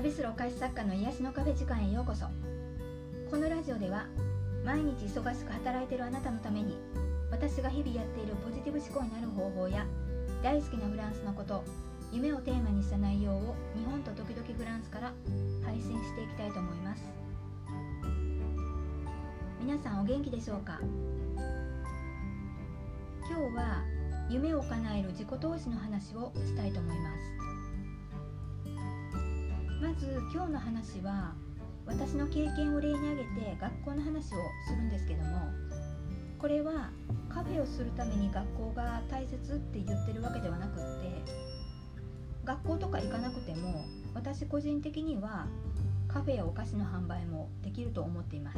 旅するお菓子作家の癒しのカフェ時間へようこそ。このラジオでは毎日忙しく働いているあなたのために、私が日々やっているポジティブ思考になる方法や大好きなフランスのこと、夢をテーマにした内容を日本と時々フランスから配信していきたいと思います。皆さんお元気でしょうか。今日は夢を叶える自己投資の話をしたいと思います。まず今日の話は、私の経験を例に挙げて学校の話をするんですけども、これはカフェをするために学校が大切って言ってるわけではなくって、学校とか行かなくても私個人的にはカフェやお菓子の販売もできると思っています。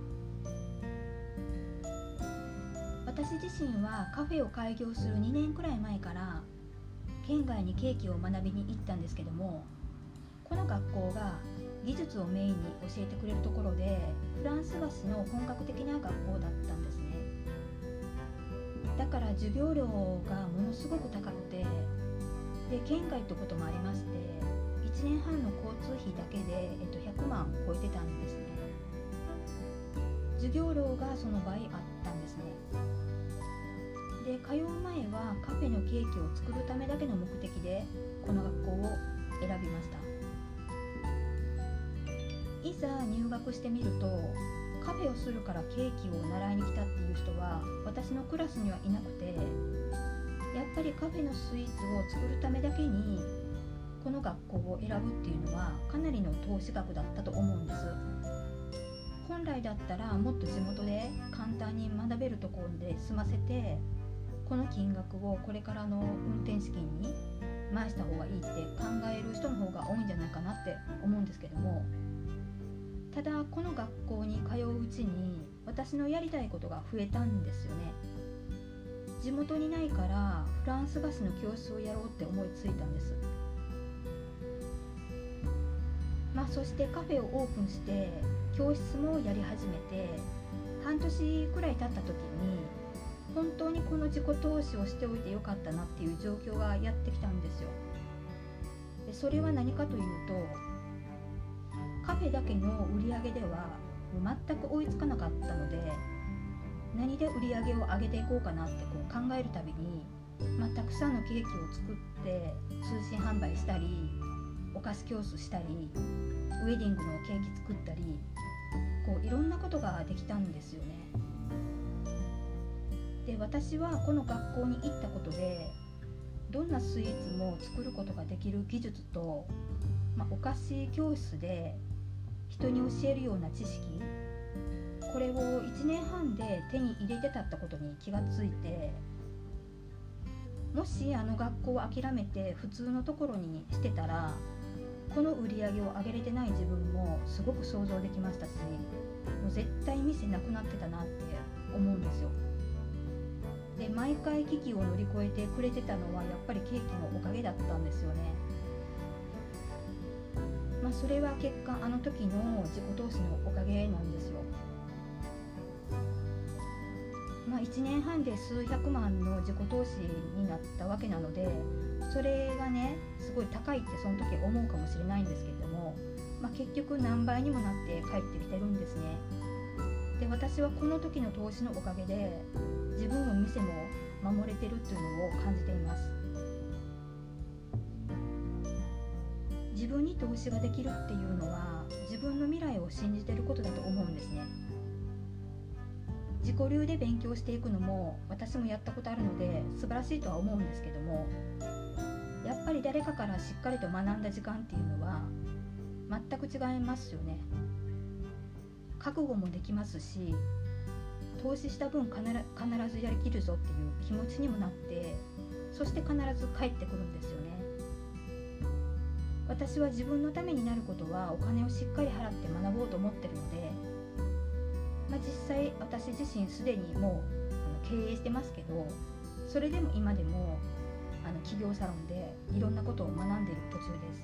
私自身はカフェを開業する2年くらい前から県外にケーキを学びに行ったんですけども、この学校が技術をメインに教えてくれるところで、フランス菓子の本格的な学校だったんですね。だから授業料がものすごく高くて、で県外ってこともありまして、1年半の交通費だけで、100万超えてたんですね。授業料がその倍あったんですね。で通う前はカフェのケーキを作るためだけの目的でこの学校を選びました。いざ入学してみると、カフェをするからケーキを習いに来たっていう人は私のクラスにはいなくて、やっぱりカフェのスイーツを作るためだけにこの学校を選ぶっていうのはかなりの投資額だったと思うんです。本来だったらもっと地元で簡単に学べるところで済ませて、この金額をこれからの運転資金に回した方がいいって考える人の方が多いんじゃないかなって思うんですけども、ただこの学校に通ううちに私のやりたいことが増えたんですよね。地元にないからフランス菓子の教室をやろうって思いついたんです。そしてカフェをオープンして教室もやり始めて半年くらい経った時に、本当にこの自己投資をしておいてよかったなっていう状況がやってきたんですよ。でそれは何かというと、カフェだけの売り上げでは全く追いつかなかったので、何で売り上げを上げていこうかなって考えるたびに、たくさんのケーキを作って通信販売したり、お菓子教室したり、ウェディングのケーキ作ったり、いろんなことができたんですよね。で私はこの学校に行ったことで、どんなスイーツも作ることができる技術と、お菓子教室で人に教えるような知識、これを1年半で手に入れてたったことに気がついて、もしあの学校を諦めて普通のところにしてたら、この売り上げを上げれてない自分もすごく想像できましたし、もう絶対店なくなってたなって思うんですよ。で毎回危機を乗り越えてくれてたのはやっぱりケーキのおかげだったんですよね。それは結果あの時の自己投資のおかげなんですよ。1年半で数百万の自己投資になったわけなので、それがねすごい高いってその時思うかもしれないんですけれども、結局何倍にもなって帰ってきてるんですね。で私はこの時の投資のおかげで自分も店も守れてるっていうのを感じています。自分に投資ができるっていうのは自分の未来を信じてることだと思うんですね。自己流で勉強していくのも私もやったことあるので素晴らしいとは思うんですけども、やっぱり誰かからしっかりと学んだ時間っていうのは全く違いますよね。覚悟もできますし、投資した分必ずやりきるぞっていう気持ちにもなって、そして必ず帰ってくるんですよね。私は自分のためになることはお金をしっかり払って学ぼうと思ってるので、実際私自身すでにもう経営してますけど、それでも今でも企業サロンでいろんなことを学んでいる途中です。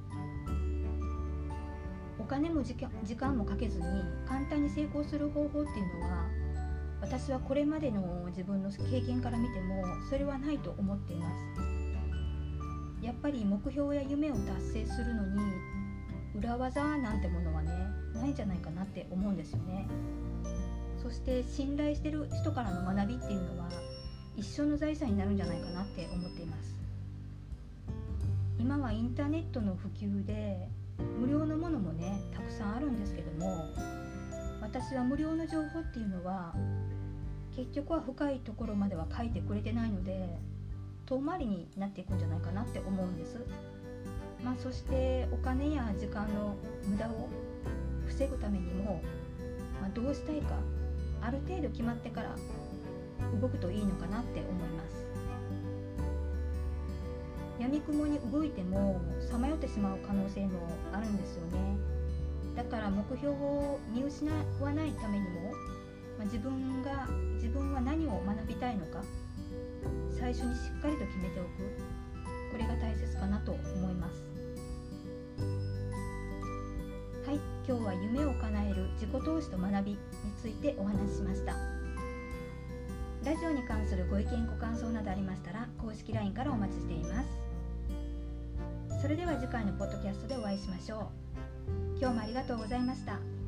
お金も時間もかけずに簡単に成功する方法っていうのは、私はこれまでの自分の経験から見てもそれはないと思っています。やっぱり目標や夢を達成するのに裏技なんてものはね、ないんじゃないかなって思うんですよね。そして信頼してる人からの学びっていうのは一生の財産になるんじゃないかなって思っています。今はインターネットの普及で無料のものもねたくさんあるんですけども、私は無料の情報っていうのは結局は深いところまでは書いてくれてないので遠回りになっていくんじゃないかなって思うんです。そしてお金や時間の無駄を防ぐためにも、どうしたいかある程度決まってから動くといいのかなって思います。闇雲に動いてもさまよってしまう可能性もあるんですよね。だから目標を見失わないためにも、自分は何を学びたいのか最初にしっかりと決めておく、これが大切かなと思います。はい、今日は夢を叶える自己投資と学びについてお話ししました。ラジオに関するご意見ご感想などありましたら公式 LINE からお待ちしています。それでは次回のポッドキャストでお会いしましょう。今日もありがとうございました。